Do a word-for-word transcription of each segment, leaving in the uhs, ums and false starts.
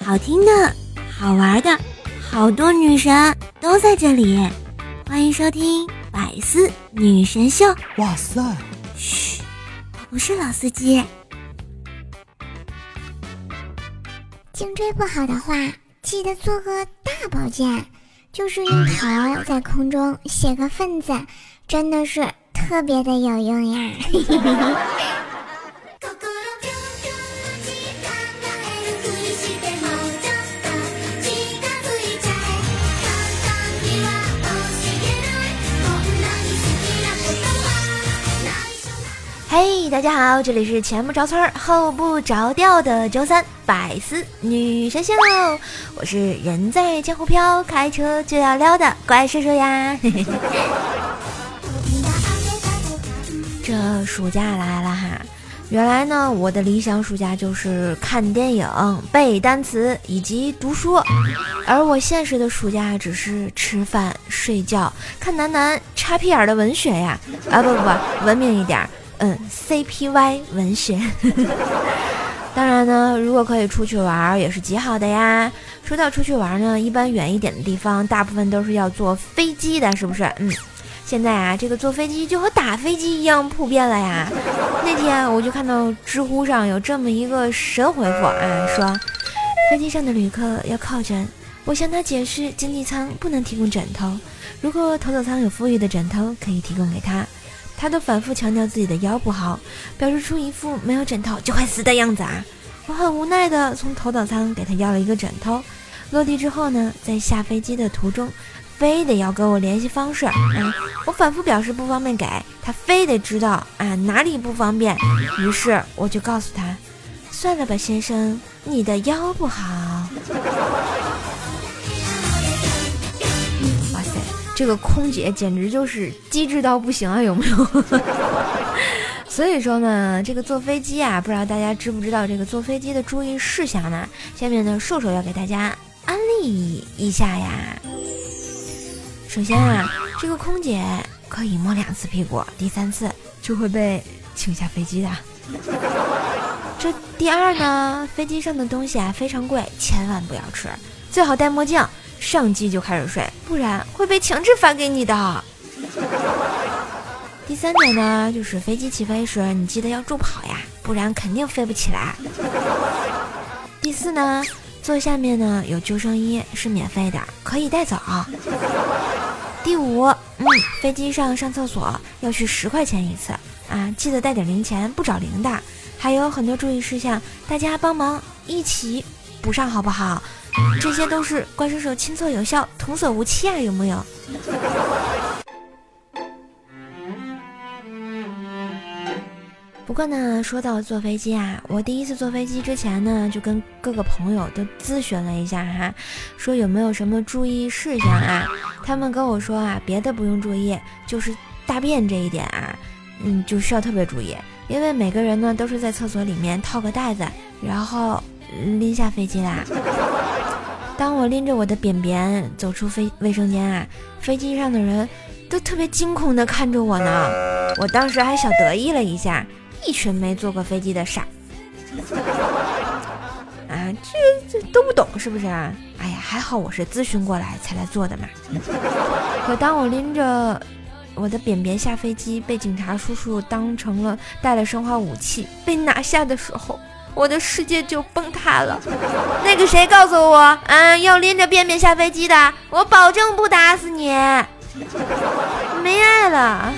好听的，好玩的，好多女神都在这里，欢迎收听百思女神秀。 哇塞， 嘘，我不是老司机。 颈椎不好的话，记得做个大保健，就是用头在空中写个份子，真的是特别的有用呀。 嘿、hey, 大家好，这里是前不着村后不着调的周三百思女神秀，我是人在江湖飘，开车就要撩的怪叔叔呀。这暑假来了哈，原来呢我的理想暑假就是看电影、背单词以及读书，而我现实的暑假只是吃饭、睡觉、看男男插屁眼的文学呀。啊不不不，文明一点。嗯 ，C P Y 文学。当然呢，如果可以出去玩也是极好的呀。说到出去玩呢，一般远一点的地方，大部分都是要坐飞机的，是不是？嗯，现在啊，这个坐飞机就和打飞机一样普遍了呀。那天我就看到知乎上有这么一个神回复啊，说飞机上的旅客要靠枕，我向他解释经济舱不能提供枕头，如果头等舱有富裕的枕头可以提供给他。他都反复强调自己的腰不好，表示出一副没有枕头就会死的样子啊！我很无奈的从头等舱给他要了一个枕头，落地之后呢，在下飞机的途中，非得要给我联系方式啊！我反复表示不方便给他，非得知道啊哪里不方便，于是我就告诉他，算了吧，先生，你的腰不好。这个空姐简直就是机智到不行啊，有没有？所以说呢，这个坐飞机啊，不知道大家知不知道这个坐飞机的注意事项呢？下面呢，瘦瘦要给大家安利一下呀。首先啊，这个空姐可以摸两次屁股，第三次就会被请下飞机的。这第二呢，飞机上的东西啊非常贵，千万不要吃，最好戴墨镜。上机就开始睡，不然会被强制发给你的。第三点呢，就是飞机起飞时你记得要助跑呀，不然肯定飞不起来。第四呢，座下面呢有救生衣，是免费的，可以带走。第五，嗯，飞机上上厕所要去十块钱一次啊，记得带点零钱，不找零的。还有很多注意事项，大家帮忙一起补上好不好？这些都是怪叔叔亲测有效，童叟无欺啊，有没有？不过呢，说到坐飞机啊，我第一次坐飞机之前呢，就跟各个朋友都咨询了一下哈，说有没有什么注意事项啊？他们跟我说啊，别的不用注意，就是大便这一点啊，嗯，就需要特别注意，因为每个人呢都是在厕所里面套个袋子，然后拎下飞机啦。当我拎着我的便便走出飞卫生间啊，飞机上的人都特别惊恐地看着我呢。我当时还小得意了一下，一群没坐过飞机的傻啊，这这都不懂是不是啊？哎呀，还好我是咨询过来才来做的嘛。可当我拎着我的便便下飞机，被警察叔叔当成了带了生化武器被拿下的时候，我的世界就崩塌了。那个谁告诉我啊，要拎着便便下飞机的，我保证不打死你。没爱了。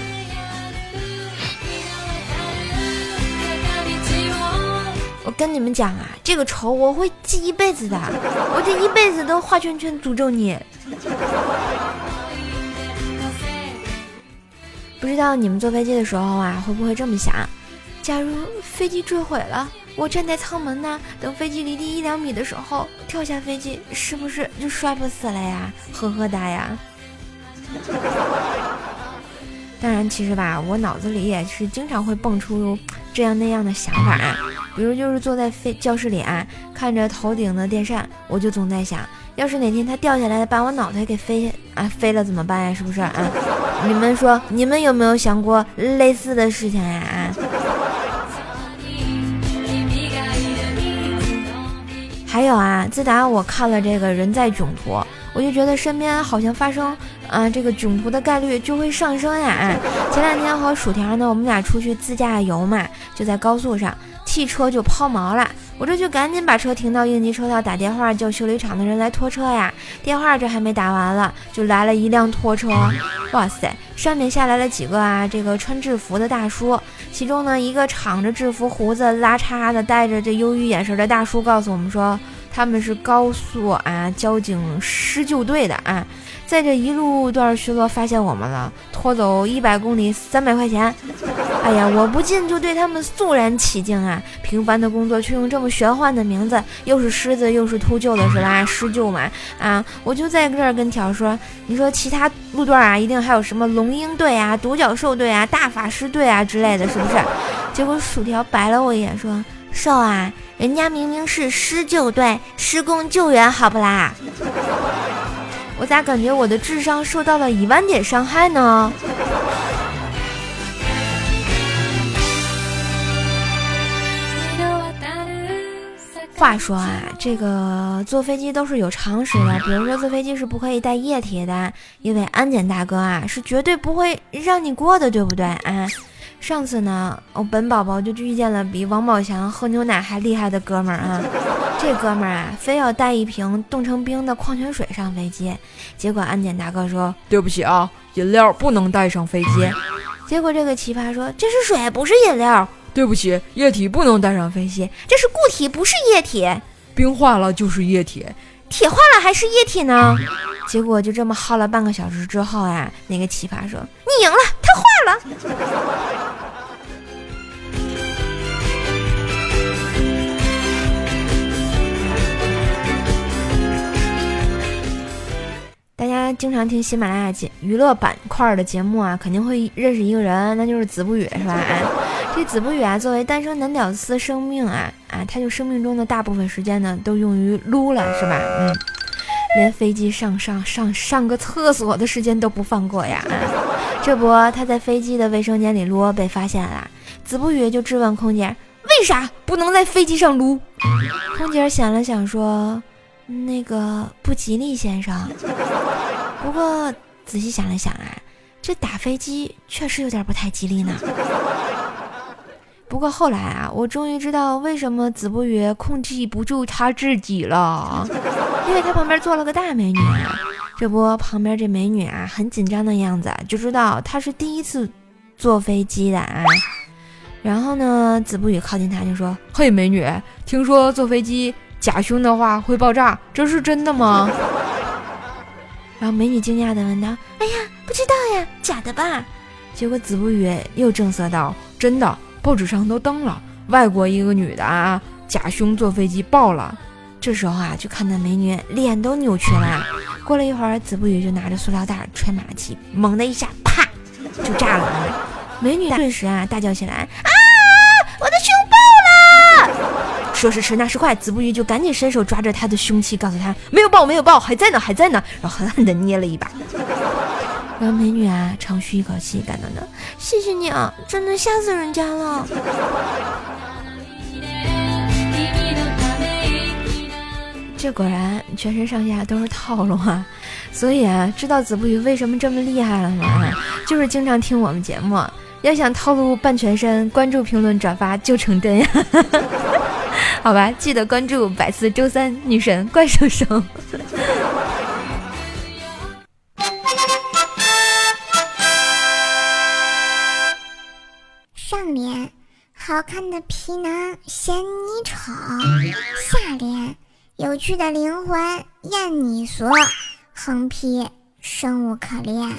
我跟你们讲啊，这个仇我会记一辈子的，我这一辈子都画圈圈诅咒你。不知道你们坐飞机的时候啊，会不会这么想？假如飞机坠毁了，我站在舱门呢，等飞机离地一两米的时候跳下飞机，是不是就摔不死了呀？呵呵哒呀。当然其实吧，我脑子里也是经常会蹦出这样那样的想法啊，比如就是坐在飞教室里啊，看着头顶的电扇，我就总在想，要是哪天它掉下来把我脑袋给飞啊飞了怎么办呀？是不是啊？你们说你们有没有想过类似的事情呀？啊还有啊，自打我看了这个人在囧途，我就觉得身边好像发生啊、呃、这个囧途的概率就会上升呀。前两天和薯条呢，我们俩出去自驾游嘛，就在高速上，汽车就抛锚了，我这就赶紧把车停到应急车道，打电话叫修理厂的人来拖车呀。电话这还没打完了，就来了一辆拖车，哇塞，上面下来了几个啊这个穿制服的大叔，其中呢一个敞着制服胡子拉碴的带着这忧郁眼神的大叔告诉我们说，他们是高速啊交警施救队的啊，在这一路段巡逻发现我们了，拖走一百公里三百块钱。哎呀，我不禁就对他们肃然起敬啊！平凡的工作却用这么玄幻的名字，又是狮子又是秃鹫的是吧？施救嘛啊！我就在这儿跟条说，你说其他路段啊，一定还有什么龙鹰队啊、独角兽队啊、大法师队啊之类的，是不是？结果薯条白了我一眼说，瘦啊，人家明明是施救队，施工救援好不啦？我咋感觉我的智商受到了一万点伤害呢？话说啊，这个坐飞机都是有常识的，比如说坐飞机是不可以带液体的，因为安检大哥啊是绝对不会让你过的，对不对啊？上次呢，我本宝宝就遇见了比王宝强喝牛奶还厉害的哥们儿啊，这哥们儿啊非要带一瓶冻成冰的矿泉水上飞机，结果安检大哥说对不起啊，饮料不能带上飞机。结果这个奇葩说这是水不是饮料。对不起，液体不能带上飞机，这是固体不是液体，冰化了就是液体，铁化了还是液体呢？结果就这么耗了半个小时之后呀，那个奇葩说你赢了，它化了。大家经常听喜马拉雅节娱乐板块的节目啊，肯定会认识一个人，那就是子不语是吧？啊，这子不语啊，作为单身男屌丝生命啊啊，他就生命中的大部分时间呢，都用于撸了是吧？嗯，连飞机上上上上个厕所的时间都不放过呀！啊，这不他在飞机的卫生间里撸被发现了，子不语就质问空姐为啥不能在飞机上撸？空姐想了想说，那个不吉利先生。不过仔细想了想啊，这打飞机确实有点不太吉利呢。不过后来啊，我终于知道为什么子不语控制不住他自己了，因为他旁边坐了个大美女啊。这不旁边这美女啊很紧张的样子，就知道她是第一次坐飞机的啊。然后呢，子不语靠近她就说，嘿美女，听说坐飞机假胸的话会爆炸，这是真的吗？然后美女惊讶地问道，哎呀不知道呀，假的吧？结果子不语又正色道，真的，报纸上都登了，外国一个女的啊假胸坐飞机爆了。这时候啊就看到美女脸都扭曲了。过了一会儿，子不语就拿着塑料袋吹马气，猛的一下啪就炸了。美女顿时啊大叫起来，啊我的胸爆了！说时迟那时快，子不语就赶紧伸手抓着他的凶器，告诉他没有爆没有爆，还在呢还在呢，然后狠狠地捏了一把。然后美女啊长吁一口气，感动的谢谢你啊，真的吓死人家了。这果然全身上下都是套路啊！所以啊，知道子不语为什么这么厉害了吗？就是经常听我们节目，要想套路半全身，关注、评论、转发就成真呀！好吧，记得关注百思周三女神怪兽手。 上联好看的皮囊嫌你丑，下联有趣的灵魂厌你所，横批生无可恋。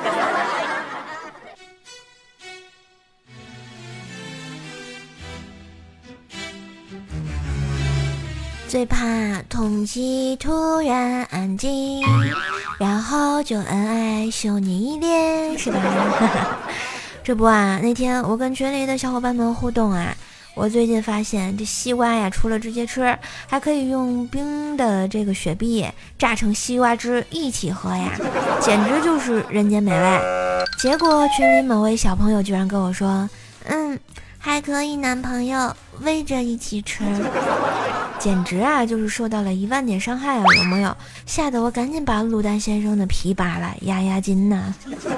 最怕空气突然安静，然后就恩爱秀你一脸，是吧？这不啊，那天我跟群里的小伙伴们互动啊，我最近发现这西瓜呀，除了直接吃，还可以用冰的这个雪碧榨成西瓜汁一起喝呀，简直就是人间美味。结果群里某位小朋友居然跟我说，嗯，还可以男朋友围着一起吃。 简直啊就是受到了一万点伤害啊，有没有？吓得我赶紧把卤蛋先生的皮扒了压压惊呐。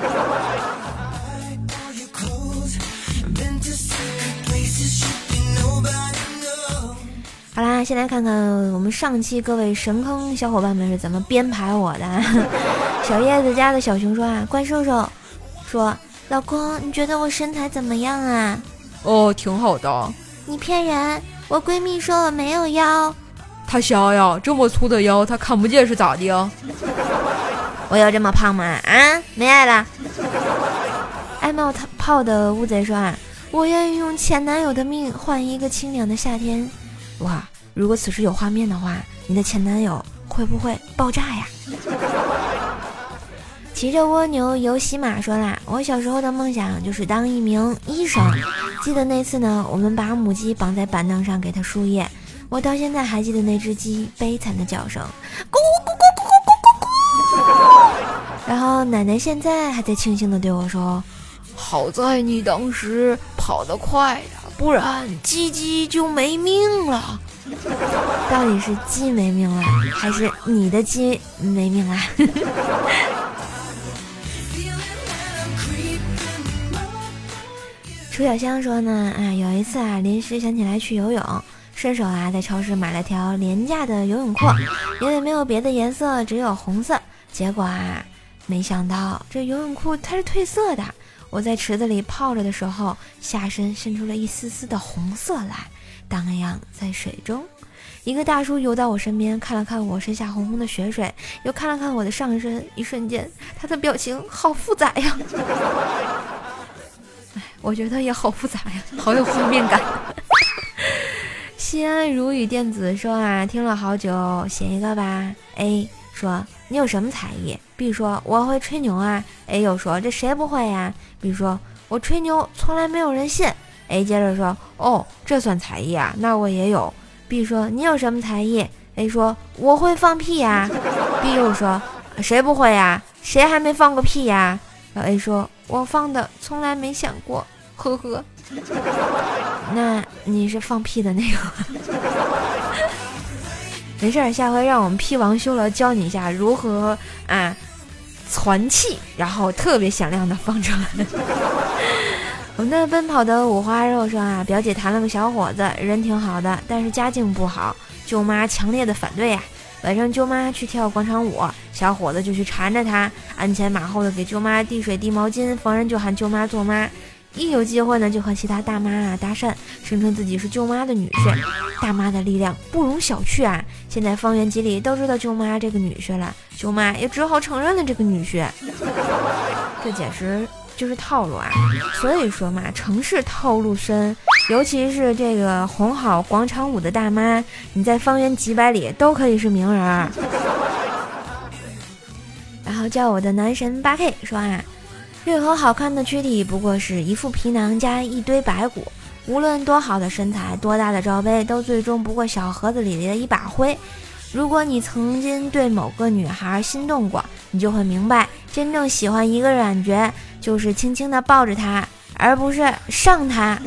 好啦，先来看看我们上期各位神坑小伙伴们是怎么编排我的。小叶子家的小熊说啊，怪兽兽说，老公你觉得我身材怎么样啊？ 哦，挺好的。 你骗人，我闺蜜说我没有腰。 她瞎呀，这么粗的腰她看不见是咋的呀？ 我有这么胖吗？啊，没爱了。爱冒泡的乌贼说啊，我愿意用前男友的命换一个清凉的夏天。哇，如果此时有画面的话，你的前男友会不会爆炸呀？骑着蜗牛游喜马说啦，我小时候的梦想就是当一名医生。记得那次呢，我们把母鸡绑在板凳上给它输液，我到现在还记得那只鸡悲惨的叫声，咕咕咕咕咕咕咕咕。然后奶奶现在还在庆幸的对我说， 好在你当时跑得快呀，不然鸡鸡就没命了。 到底是鸡没命了，还是你的鸡没命啊？楚小香说呢，啊，有一次啊，临时想起来去游泳，顺手啊在超市买了条廉价的游泳裤，因为没有别的颜色，只有红色。结果啊，没想到这游泳裤它是褪色的。我在池子里泡着的时候，下身渗出了一丝丝的红色来，荡漾在水中。一个大叔游到我身边，看了看我身下红红的血水，又看了看我的上身，一瞬间他的表情好复杂呀。哎，我觉得也好复杂呀，好有画面感。西安如雨电子说啊，听了好久，写一个吧。A 说，你有什么才艺？ B 说，我会吹牛啊。 A 又说，这谁不会呀？ B 说，我吹牛从来没有人信。 A 接着说，哦，这算才艺啊，那我也有。 B 说，你有什么才艺？ A 说，我会放屁呀。 B 又说，谁不会呀？谁还没放过屁呀？ A 说，我放的从来没想过，呵呵。那你是放屁的那个？没事儿，下回让我们屁王修了教你一下如何啊攒气，然后特别响亮的放出来。我们的奔跑的五花肉说啊，表姐谈了个小伙子，人挺好的，但是家境不好，舅妈强烈的反对呀、啊。晚上舅妈去跳广场舞，小伙子就去缠着她，鞍前马后的给舅妈递水递毛巾，逢人就喊舅妈做妈。一有机会呢，就和其他大妈啊搭讪，声称自己是舅妈的女婿。大妈的力量不容小觑啊！现在方圆几里都知道舅妈这个女婿了，舅妈也只好承认了这个女婿。这简直就是套路啊！所以说嘛，城市套路深，尤其是这个哄好广场舞的大妈，你在方圆几百里都可以是名人。然后叫我的男神八 K 说啊，任何好看的躯体不过是一副皮囊加一堆白骨，无论多好的身材，多大的罩杯，都最终不过小盒子里的一把灰。如果你曾经对某个女孩心动过，你就会明白，真正喜欢一个人感觉就是轻轻地抱着她，而不是上她。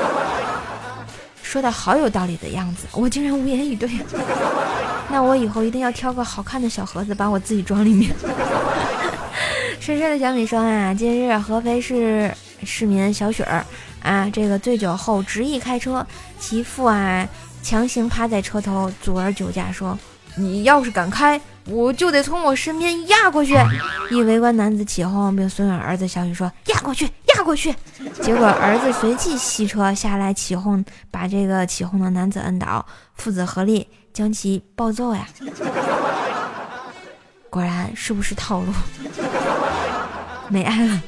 说的好有道理的样子，我竟然无言以对。那我以后一定要挑个好看的小盒子，把我自己装里面。深深的小米说啊，近日合肥市市民小雪儿啊，这个醉酒后执意开车，其父啊强行趴在车头阻止酒驾，说你要是敢开，我就得从我身边压过去。一围观男子起哄，并怂恿儿子小雨说压过去压过去。结果儿子随即熄车下来起哄，把这个起哄的男子摁倒，父子合力将其暴揍呀。果然是不是套路？没爱了。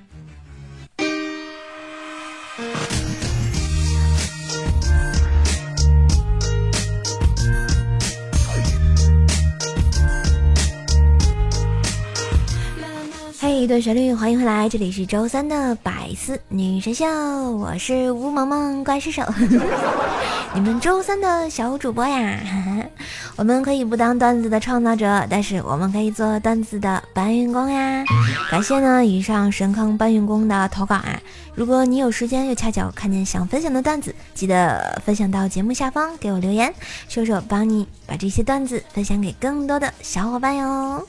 嘿，对旋律，欢迎回来，这里是周三的百思女神秀，我是吴萌萌怪兽手，你们周三的小主播呀。我我们可以不当段子的创造者，但是我们可以做段子的搬运工呀。感谢呢以上神坑搬运工的投稿啊！如果你有时间又恰巧看见想分享的段子，记得分享到节目下方给我留言，射手帮你把这些段子分享给更多的小伙伴哟。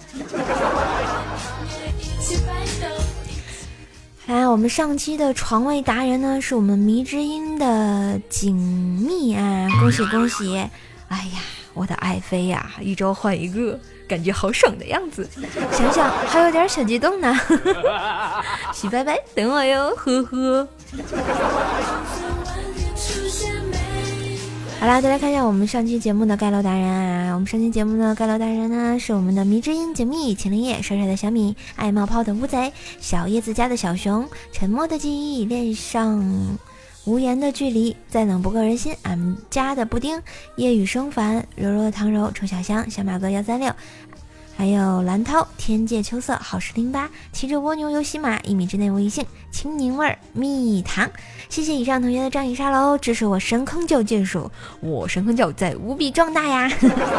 来，我们上期的床位达人呢是我们迷之音的锦觅啊，恭喜恭喜！哎呀，我的爱妃呀，一周换一个，感觉好爽的样子，想想还有点小激动呢。许拜拜，等我哟，呵呵。好啦，再来看一下我们上期节目的盖楼达人啊！我们上期节目的盖楼达人呢，是我们的迷之音锦觅、秦灵叶、帅帅的小米、爱冒泡的乌贼、小叶子家的小熊、沉默的记忆、恋上无言的距离、再冷不够人心、俺们家的布丁、夜雨生烦、柔柔的唐柔、臭小香、小马哥幺三六，还有蓝涛、天界秋色、好事零八、骑着蜗牛游戏马、一米之内无异性、青柠味儿、蜜糖。谢谢以上同学的仗义沙楼，支持我神坑教剑术，我神坑教在无比壮大呀！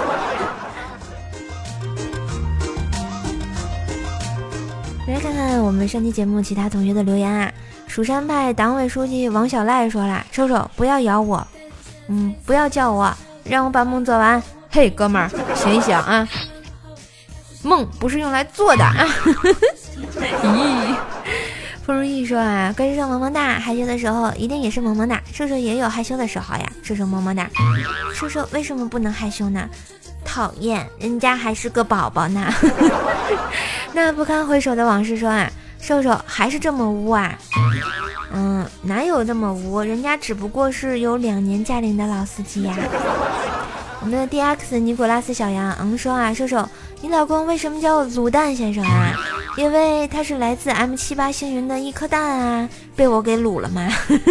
来看看我们上期节目其他同学的留言啊。蜀山派党委书记王小赖说了：“瘦瘦不要咬我，嗯，不要叫我，让我把梦做完。”嘿，哥们儿，醒一醒啊！梦不是用来做的啊！咦，风如意说啊，跟瘦萌萌哒，害羞的时候一定也是萌萌哒。瘦瘦也有害羞的时候呀，瘦瘦萌萌哒。瘦瘦为什么不能害羞呢？讨厌，人家还是个宝宝呢。那不堪回首的往事说啊，瘦瘦还是这么污啊？嗯，哪有这么污？人家只不过是有两年驾龄的老司机呀。我们的 D X 尼古拉斯小杨嗯说啊，瘦瘦，你老公为什么叫卤蛋先生啊？因为他是来自 M 七八星云的一颗蛋啊，被我给卤了吗？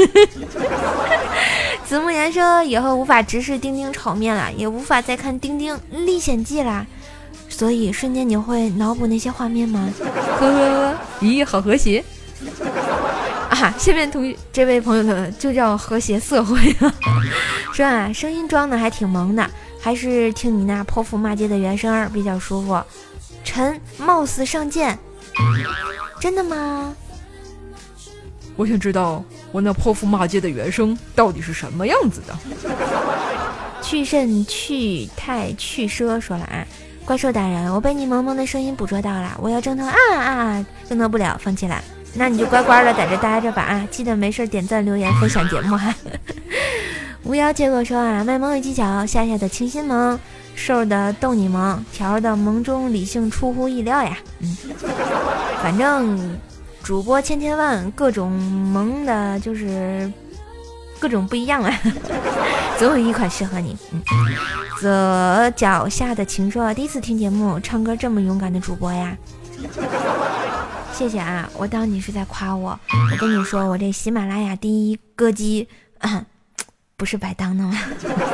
子木言说，以后无法直视丁丁炒面了，也无法再看丁丁历险记啦，所以瞬间你会脑补那些画面吗？呵呵，咦，好和谐啊！下面同这位朋友的就叫和谐社会啊。说啊，声音装的还挺萌的，还是听你那泼妇骂街的原声儿比较舒服。臣冒死上剑，真的吗？ 我想知道我那泼妇骂街的原声到底是什么样子的。 去甚去太去奢说了啊，怪兽大人，我被你萌萌的声音捕捉到了，我要挣脱啊啊，挣脱不了，放弃了。那你就乖乖的在这待着吧啊！记得没事点赞留言分享节目哈。无聊结果说啊，卖萌有技巧，夏夏的清新萌，瘦的逗你萌，条的萌中理性出乎意料呀。嗯，反正主播千千万，各种萌的就是各种不一样啊，总有一款适合你。嗯，则脚下的情说，第一次听节目，唱歌这么勇敢的主播呀。谢谢啊，我当你是在夸我。我跟你说，我这喜马拉雅第一歌姬、啊、不是白当的吗？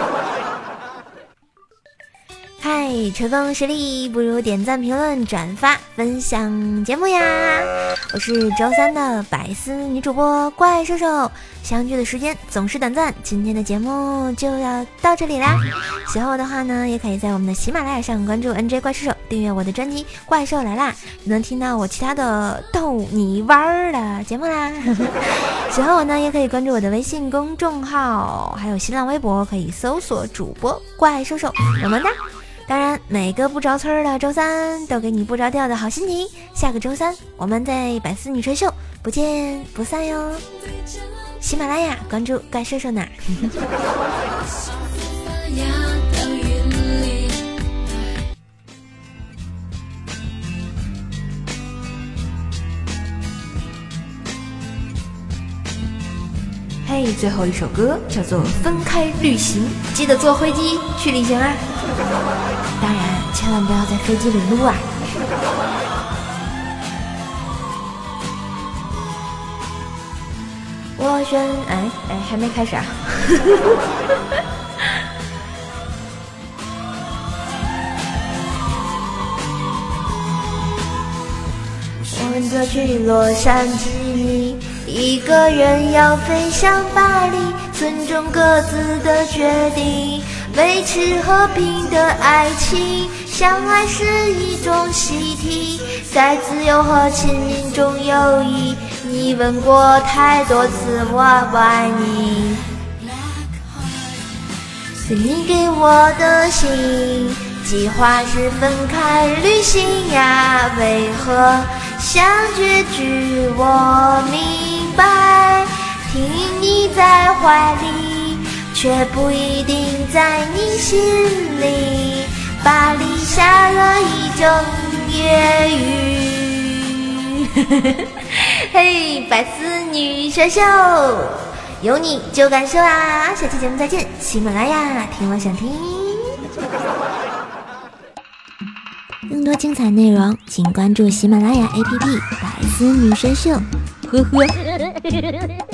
嗨，吹风实力不如点赞、评论、转发、分享节目呀！我是周三的百思女主播怪兽兽，相聚的时间总是短暂，今天的节目就要到这里啦。喜欢我的话呢，也可以在我们的喜马拉雅上关注 N J 怪兽兽，订阅我的专辑《怪兽来啦》，就能听到我其他的逗你玩的节目啦。喜欢我呢，也可以关注我的微信公众号，还有新浪微博，可以搜索主播怪兽兽，么么哒。当然，每个不着村的周三都给你不着调的好心情。下个周三，我们在百思女神秀不见不散哟！喜马拉雅关注怪兽兽呢。嘿，最后一首歌叫做《分开旅行》，记得坐飞机去旅行啊！当然，千万不要在飞机里撸啊！我选哎哎，还没开始啊！我们则去洛杉矶，一个人要飞向巴黎，尊重各自的决定。 维持和平的爱情，相爱是一种习题，在自由和亲民中友谊。你问过太多次我不爱你，是你给我的信，计划是分开旅行呀，为何相决句我明白，听你在怀里，却不一定在你心里。巴黎下了一整夜雨。嘿，百思女神秀，有你就感受啊！下期节目再见，喜马拉雅听我想听。更多精彩内容，请关注喜马拉雅 A P P《百思女神秀》。呵呵。